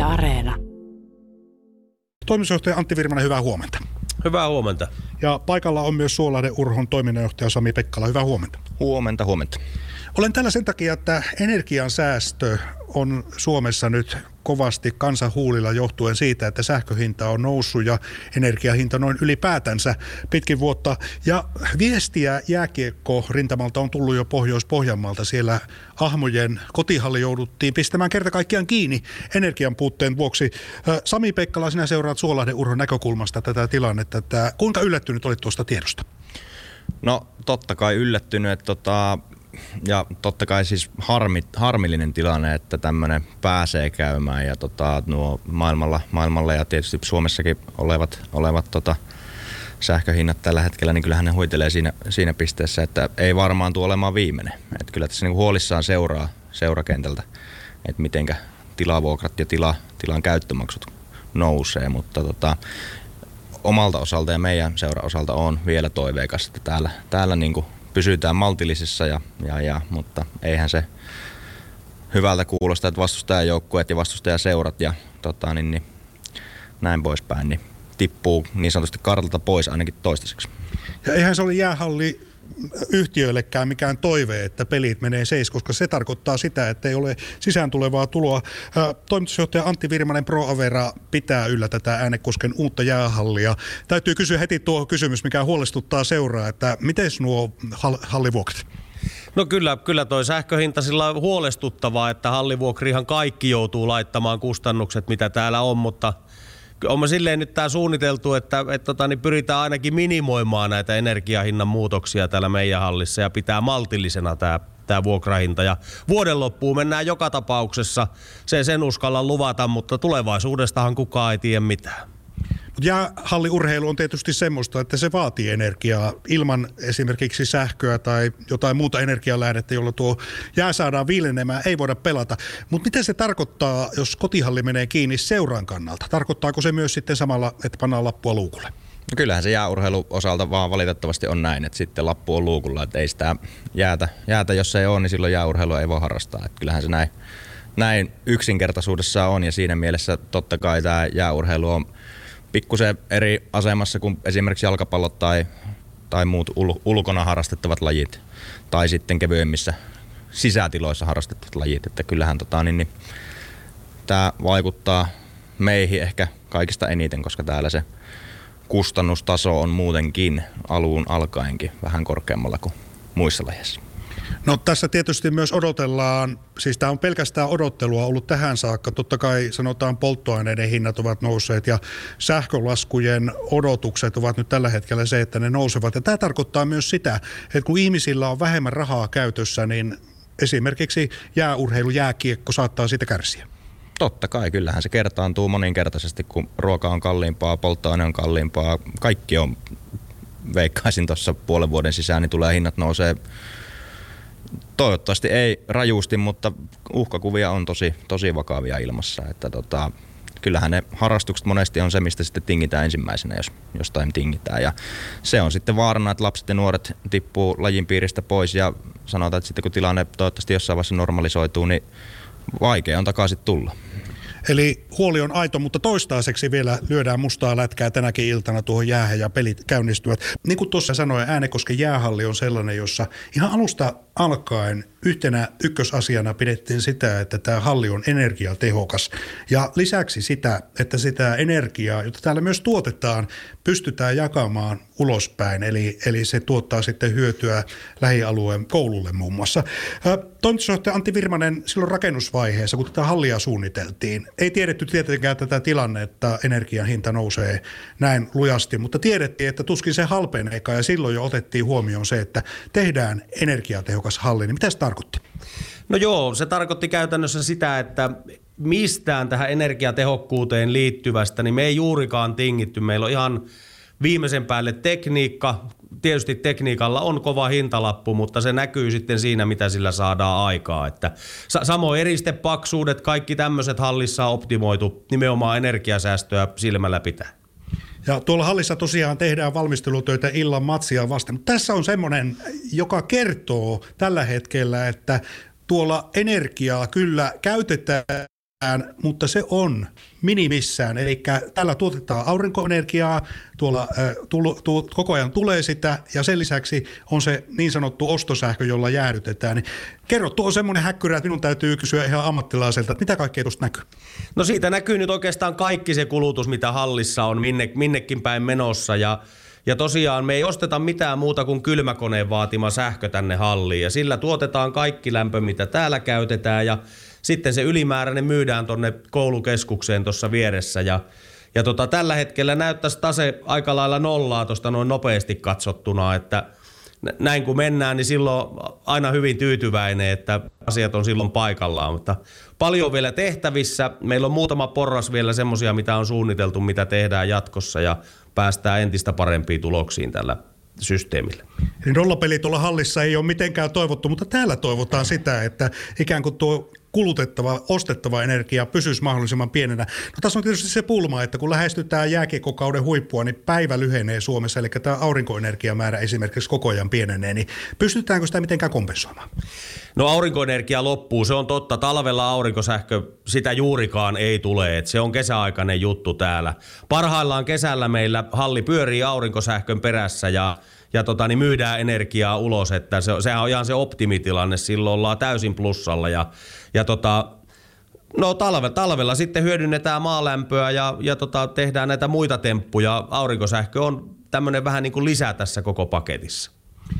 Yle Areena. Toimitusjohtaja Antti Virmanen, hyvää huomenta. Hyvää huomenta. Ja paikalla on myös Suolahden Urhon toiminnanjohtaja Sami Pekkala. Hyvää huomenta. Huomenta. Olen täällä sen takia, että energiansäästö on Suomessa nyt kovasti kansan huulilla johtuen siitä, että sähköhinta on noussut ja energiahinta noin ylipäätänsä pitkin vuotta. Ja viestiä jääkiekko rintamalta on tullut jo Pohjois-Pohjanmaalta. Siellä Ahmojen kotihalli jouduttiin pistämään kerta kaikkiaan kiinni energian puutteen vuoksi. Sami Pekkala, sinä seuraat Suolahden Urhon näkökulmasta tätä tilannetta. Että kuinka yllättynyt olit tuosta tiedosta? No totta kai yllättynyt, ja totta kai siis harmillinen tilanne, että tämmöinen pääsee käymään ja nuo maailmalla ja tietysti Suomessakin olevat sähköhinnat tällä hetkellä, niin kyllähän ne huitelee siinä pisteessä, että ei varmaan tule olemaan viimeinen. Että kyllä tässä niin huolissaan seuraa seurakentältä, että mitenkä tilavuokrat ja tilan käyttömaksut nousee, mutta omalta osalta ja meidän seuran osalta on vielä toiveikas, että täällä niin kuin pysytään maltillisessa, mutta eihän se hyvältä kuulosta, että vastustajajoukkueet ja vastustajaseurat ja niin näin poispäin, niin tippuu niin sanotusti kartalta pois ainakin toistaiseksi. Ja eihän se ole jäähalli yhtiöillekään mikään toive, että pelit menee seis, koska se tarkoittaa sitä, että ei ole sisään tulevaa tuloa. Toimitusjohtaja Antti Virmanen ProAvera pitää yllä tätä Äänekosken uutta jäähallia. Täytyy kysyä heti tuo kysymys, mikä huolestuttaa seuraa, että miten nuo hallivuokrat? No kyllä toi sähköhinta sillä on huolestuttavaa, että hallivuokrihan kaikki joutuu laittamaan kustannukset, mitä täällä on, mutta on silleen nyt tää suunniteltu, että pyritään ainakin minimoimaan näitä energiahinnan muutoksia täällä meidän hallissa ja pitää maltillisena tää vuokrahinta. Ja vuoden loppuun mennään joka tapauksessa, sen uskallan luvata, mutta tulevaisuudestahan kukaan ei tiedä mitään. Jäähalliurheilu on tietysti semmoista, että se vaatii energiaa ilman esimerkiksi sähköä tai jotain muuta energialähdettä, jolla tuo jää saadaan viilenemään, ei voida pelata. Mutta mitä se tarkoittaa, jos kotihalli menee kiinni seuran kannalta? Tarkoittaako se myös sitten samalla, että pannaan lappua luukulle? No kyllähän se jääurheilu osalta vaan valitettavasti on näin, että sitten lappu on luukulla, että ei sitä jäätä jos ei ole, niin silloin jääurheilua ei voi harrastaa. Että kyllähän se näin yksinkertaisuudessaan on ja siinä mielessä totta kai tämä jääurheilu on pikkusen eri asemassa kuin esimerkiksi jalkapallot tai muut ulkona harrastettavat lajit tai sitten kevyemmissä sisätiloissa harrastettavat lajit. Että kyllähän tämä vaikuttaa meihin ehkä kaikista eniten, koska täällä se kustannustaso on muutenkin alun alkaenkin vähän korkeammalla kuin muissa lajeissa. No tässä tietysti myös odotellaan, siis tämä on pelkästään odottelua ollut tähän saakka. Totta kai sanotaan polttoaineiden hinnat ovat nousseet ja sähkölaskujen odotukset ovat nyt tällä hetkellä se, että ne nousevat. Ja tämä tarkoittaa myös sitä, että kun ihmisillä on vähemmän rahaa käytössä, niin esimerkiksi jääurheilu, jääkiekko saattaa siitä kärsiä. Totta kai, kyllähän se kertaantuu moninkertaisesti, kun ruoka on kalliimpaa, polttoaine on kalliimpaa. Kaikki on, veikkaisin tuossa puolen vuoden sisään, niin tulee hinnat nousee. Toivottavasti ei rajusti, mutta uhkakuvia on tosi vakavia ilmassa. Että kyllähän ne harrastukset monesti on se, mistä sitten tingitään ensimmäisenä, jos jostain tingitään. Ja se on sitten vaarana, että lapset ja nuoret tippuu lajin piiristä pois ja sanotaan, että sitten kun tilanne toivottavasti jossain vaiheessa normalisoituu, niin vaikea on takaisin tulla. Eli huoli on aito, mutta toistaiseksi vielä lyödään mustaa lätkää tänäkin iltana tuohon jäähän ja pelit käynnistyvät. Niin kuin tuossa sanoin, Äänekosken jäähalli on sellainen, jossa ihan alusta alkaen yhtenä ykkösasiana pidettiin sitä, että tämä halli on energiatehokas. Ja lisäksi sitä, että sitä energiaa, jota täällä myös tuotetaan, pystytään jakamaan ulospäin. Eli se tuottaa sitten hyötyä lähialueen koululle muun muassa. Toimitusjohtaja Antti Virmanen, silloin rakennusvaiheessa, kun tätä hallia suunniteltiin, ei tiedetty tietenkään tätä tilannetta, että energian hinta nousee näin lujasti, mutta tiedettiin, että tuskin se halpeneekaan ja silloin jo otettiin huomioon se, että tehdään energiatehokas halli. Niin mitä se tarkoitti? No joo, se tarkoitti käytännössä sitä, että mistään tähän energiatehokkuuteen liittyvästä, niin me ei juurikaan tingitty. Meillä on ihan viimeisen päälle tekniikka. Tietysti tekniikalla on kova hintalappu, mutta se näkyy sitten siinä, mitä sillä saadaan aikaa. Että samoin eristepaksuudet, kaikki tämmöiset hallissa on optimoitu nimenomaan energiasäästöä silmällä pitää. Ja tuolla hallissa tosiaan tehdään valmistelutöitä illan matsia vasten. Mutta tässä on semmoinen, joka kertoo tällä hetkellä, että tuolla energiaa kyllä käytetään mutta se on minimissään. Eli tällä tuotetaan aurinkoenergiaa, koko ajan tulee sitä ja sen lisäksi on se niin sanottu ostosähkö, jolla jäädytetään. Niin kerro, tuo on semmoinen häkkyrä, että minun täytyy kysyä ihan ammattilaiselta, että mitä kaikkea tuosta näkyy? No siitä näkyy nyt oikeastaan kaikki se kulutus, mitä hallissa on minnekin päin menossa ja tosiaan me ei osteta mitään muuta kuin kylmäkoneen vaatima sähkö tänne halliin ja sillä tuotetaan kaikki lämpö, mitä täällä käytetään ja sitten se ylimääräinen myydään tonne koulukeskukseen tuossa vieressä ja tällä hetkellä näyttäisi tase aika lailla nollaa tuosta noin nopeasti katsottuna, että näin kun mennään, niin silloin aina hyvin tyytyväinen, että asiat on silloin paikallaan, mutta paljon vielä tehtävissä. Meillä on muutama porras vielä semmoisia, mitä on suunniteltu, mitä tehdään jatkossa ja päästään entistä parempiin tuloksiin tällä systeemillä. Eli nollapeli tuolla hallissa ei ole mitenkään toivottu, mutta täällä toivotaan sitä, että ikään kuin tuo kulutettava, ostettava energia pysyisi mahdollisimman pienenä. No tässä on tietysti se pulma, että kun lähestytään jääkiekkokauden huippua, niin päivä lyhenee Suomessa, eli tämä aurinkoenergiamäärä esimerkiksi koko ajan pienenee, niin pystytäänkö sitä mitenkään kompensoimaan? No aurinkoenergia loppuu, se on totta. Talvella aurinkosähkö, sitä juurikaan ei tule, että se on kesäaikainen juttu täällä. Parhaillaan kesällä meillä halli pyörii aurinkosähkön perässä ja myydään energiaa ulos, että sehän on ihan se optimitilanne, silloin ollaan täysin plussalla talvella sitten hyödynnetään maalämpöä ja tehdään näitä muita temppuja. Aurinkosähkö on tämmöinen vähän niin kuin lisä tässä koko paketissa.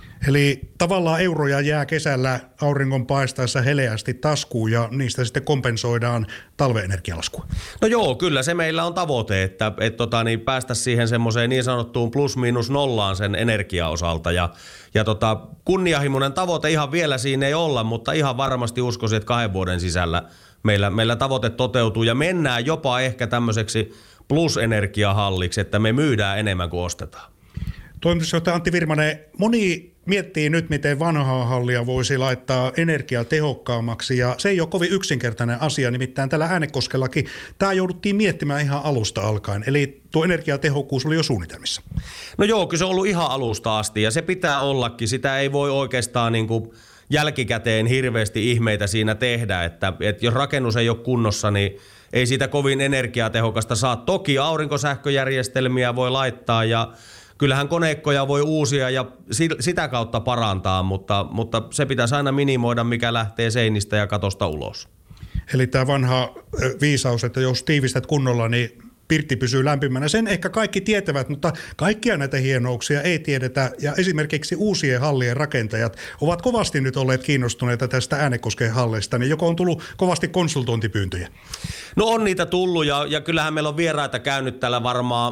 Eli tavallaan euroja jää kesällä auringon paistaessa heleästi taskuun ja niistä sitten kompensoidaan talven energialaskua. No joo, kyllä se meillä on tavoite, että päästä siihen semmoiseen niin sanottuun plus-miinus nollaan sen energiaosalta. Ja kunnianhimoinen tavoite ihan vielä siinä ei olla, mutta ihan varmasti uskoisin, että 2 vuoden sisällä meillä tavoite toteutuu ja mennään jopa ehkä tämmöiseksi plus-energiahalliksi, että me myydään enemmän kuin ostetaan. Toimitusjohtaja Antti Virmanen, moni miettii nyt, miten vanhaa hallia voisi laittaa energiatehokkaammaksi ja se ei ole kovin yksinkertainen asia, nimittäin tällä Äänekoskellakin tämä jouduttiin miettimään ihan alusta alkaen, eli tuo energiatehokkuus oli jo suunnitelmissa. No joo, kyllä se on ollut ihan alusta asti ja se pitää ollakin, sitä ei voi oikeastaan niin kuin jälkikäteen hirveästi ihmeitä siinä tehdä, että jos rakennus ei ole kunnossa, niin ei siitä kovin energiatehokasta saa. Toki aurinkosähköjärjestelmiä voi laittaa ja kyllähän koneikkoja voi uusia ja sitä kautta parantaa, mutta se pitäisi aina minimoida, mikä lähtee seinistä ja katosta ulos. Eli tämä vanha viisaus, että jos tiivistät kunnolla, niin pirtti pysyy lämpimänä. Sen ehkä kaikki tietävät, mutta kaikkia näitä hienouksia ei tiedetä. Ja esimerkiksi uusien hallien rakentajat ovat kovasti nyt olleet kiinnostuneita tästä Äänekosken hallista. Niin joko on tullut kovasti konsultointipyyntöjä? No on niitä tullut ja kyllähän meillä on vieraita käynyt täällä varmaan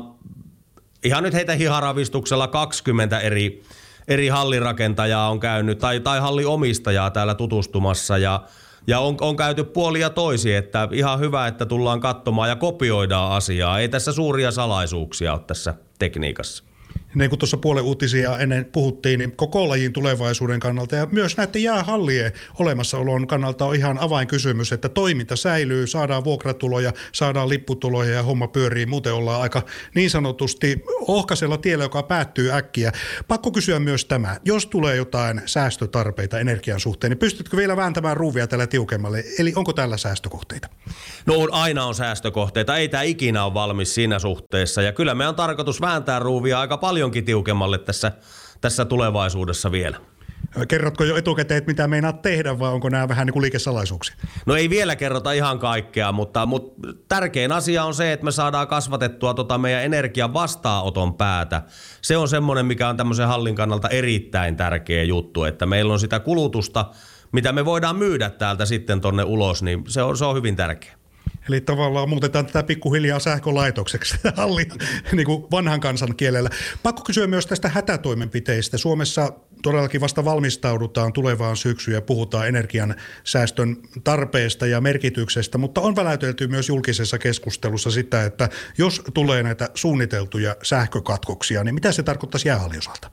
ihan nyt heitä hiharavistuksella 20 eri hallirakentajaa on käynyt tai halliomistajaa täällä tutustumassa ja on käyty puolia ja toisin, että ihan hyvä, että tullaan katsomaan ja kopioidaan asiaa. Ei tässä suuria salaisuuksia ole tässä tekniikassa. Niin kuin tuossa puolen uutisia ennen puhuttiin, niin koko lajin tulevaisuuden kannalta ja myös näiden jäähallien olemassaolon kannalta on ihan avainkysymys, että toiminta säilyy, saadaan vuokratuloja, saadaan lipputuloja ja homma pyörii. Muuten ollaan aika niin sanotusti ohkaisella tiellä, joka päättyy äkkiä. Pakko kysyä myös tämä, jos tulee jotain säästötarpeita energian suhteen, niin pystytkö vielä vääntämään ruuvia tällä tiukemmalle? Eli onko tällä säästökohteita? No aina on säästökohteita, ei tämä ikinä ole valmis siinä suhteessa ja kyllä meidän on tarkoitus vääntää ruuvia aika paljonkin tiukemmalle tässä tulevaisuudessa vielä. Kerrotko jo etukäteen, että mitä meinaat tehdä vai onko nämä vähän niin kuin liikesalaisuuksia? No ei vielä kerrota ihan kaikkea, mutta tärkein asia on se, että me saadaan kasvatettua meidän energian vastaanoton päätä. Se on semmoinen, mikä on tämmöisen hallin kannalta erittäin tärkeä juttu, että meillä on sitä kulutusta, mitä me voidaan myydä täältä sitten tonne ulos, niin se on hyvin tärkeä. Eli tavallaan muutetaan tätä pikkuhiljaa sähkölaitokseksi hallin niin kuin vanhan kansan kielellä. Pakko kysyä myös tästä hätätoimenpiteistä. Suomessa todellakin vasta valmistaudutaan tulevaan syksyyn ja puhutaan energian säästön tarpeesta ja merkityksestä, mutta on väläytelty myös julkisessa keskustelussa sitä, että jos tulee näitä suunniteltuja sähkökatkoksia, niin mitä se tarkoittaisi jäähallin osalta?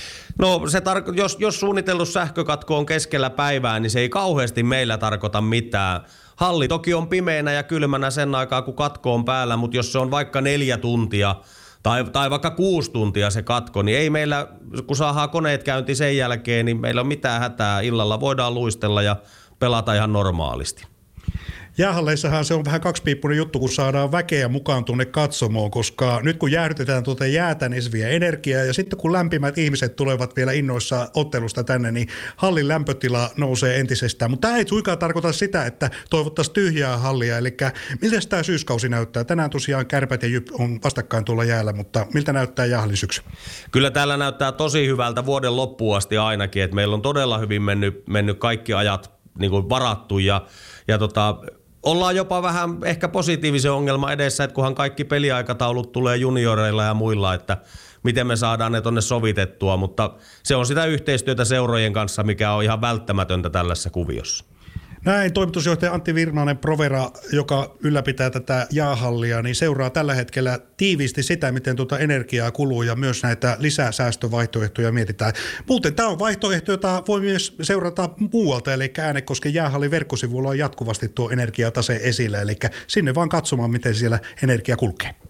No jos suunniteltu sähkökatko on keskellä päivää, niin se ei kauheasti meillä tarkoita mitään. Halli toki on pimeänä ja kylmänä sen aikaa, kun katko on päällä, mutta jos se on vaikka 4 tuntia tai vaikka 6 tuntia se katko, niin ei meillä, kun saadaan koneet käyntiin sen jälkeen, niin meillä on mitään hätää. Illalla voidaan luistella ja pelata ihan normaalisti. Jäähalleissahan se on vähän kaksipiippunen juttu, kun saadaan väkeä mukaan tuonne katsomoon, koska nyt kun jäähdytetään tuota jäätä, niin se vie energiaa ja sitten kun lämpimät ihmiset tulevat vielä innoissa ottelusta tänne, niin hallin lämpötila nousee entisestään. Mutta tämä ei suinkaan tarkoita sitä, että toivottaisiin tyhjää hallia, eli miltä tämä syyskausi näyttää? Tänään tosiaan Kärpät ja Jyp on vastakkain tuolla jäällä, mutta miltä näyttää jäähallin syksy? Kyllä täällä näyttää tosi hyvältä vuoden loppuun asti ainakin, että meillä on todella hyvin mennyt kaikki ajat niin kuin varattu ja ollaan jopa vähän ehkä positiivisen ongelma edessä, että kunhan kaikki peliaikataulut tulee junioreilla ja muilla, että miten me saadaan ne tonne sovitettua, mutta se on sitä yhteistyötä seurojen kanssa, mikä on ihan välttämätöntä tällaisessa kuviossa. Näin toimitusjohtaja Antti Virnanen Provera, joka ylläpitää tätä jäähallia, niin seuraa tällä hetkellä tiiviisti sitä, miten tuota energiaa kuluu ja myös näitä lisäsäästövaihtoehtoja mietitään. Muuten tämä on vaihtoehto, jota voi myös seurata muualta, eli Äänekosken jäähallin verkkosivuilla on jatkuvasti tuo energiatase esillä, eli sinne vaan katsomaan, miten siellä energia kulkee.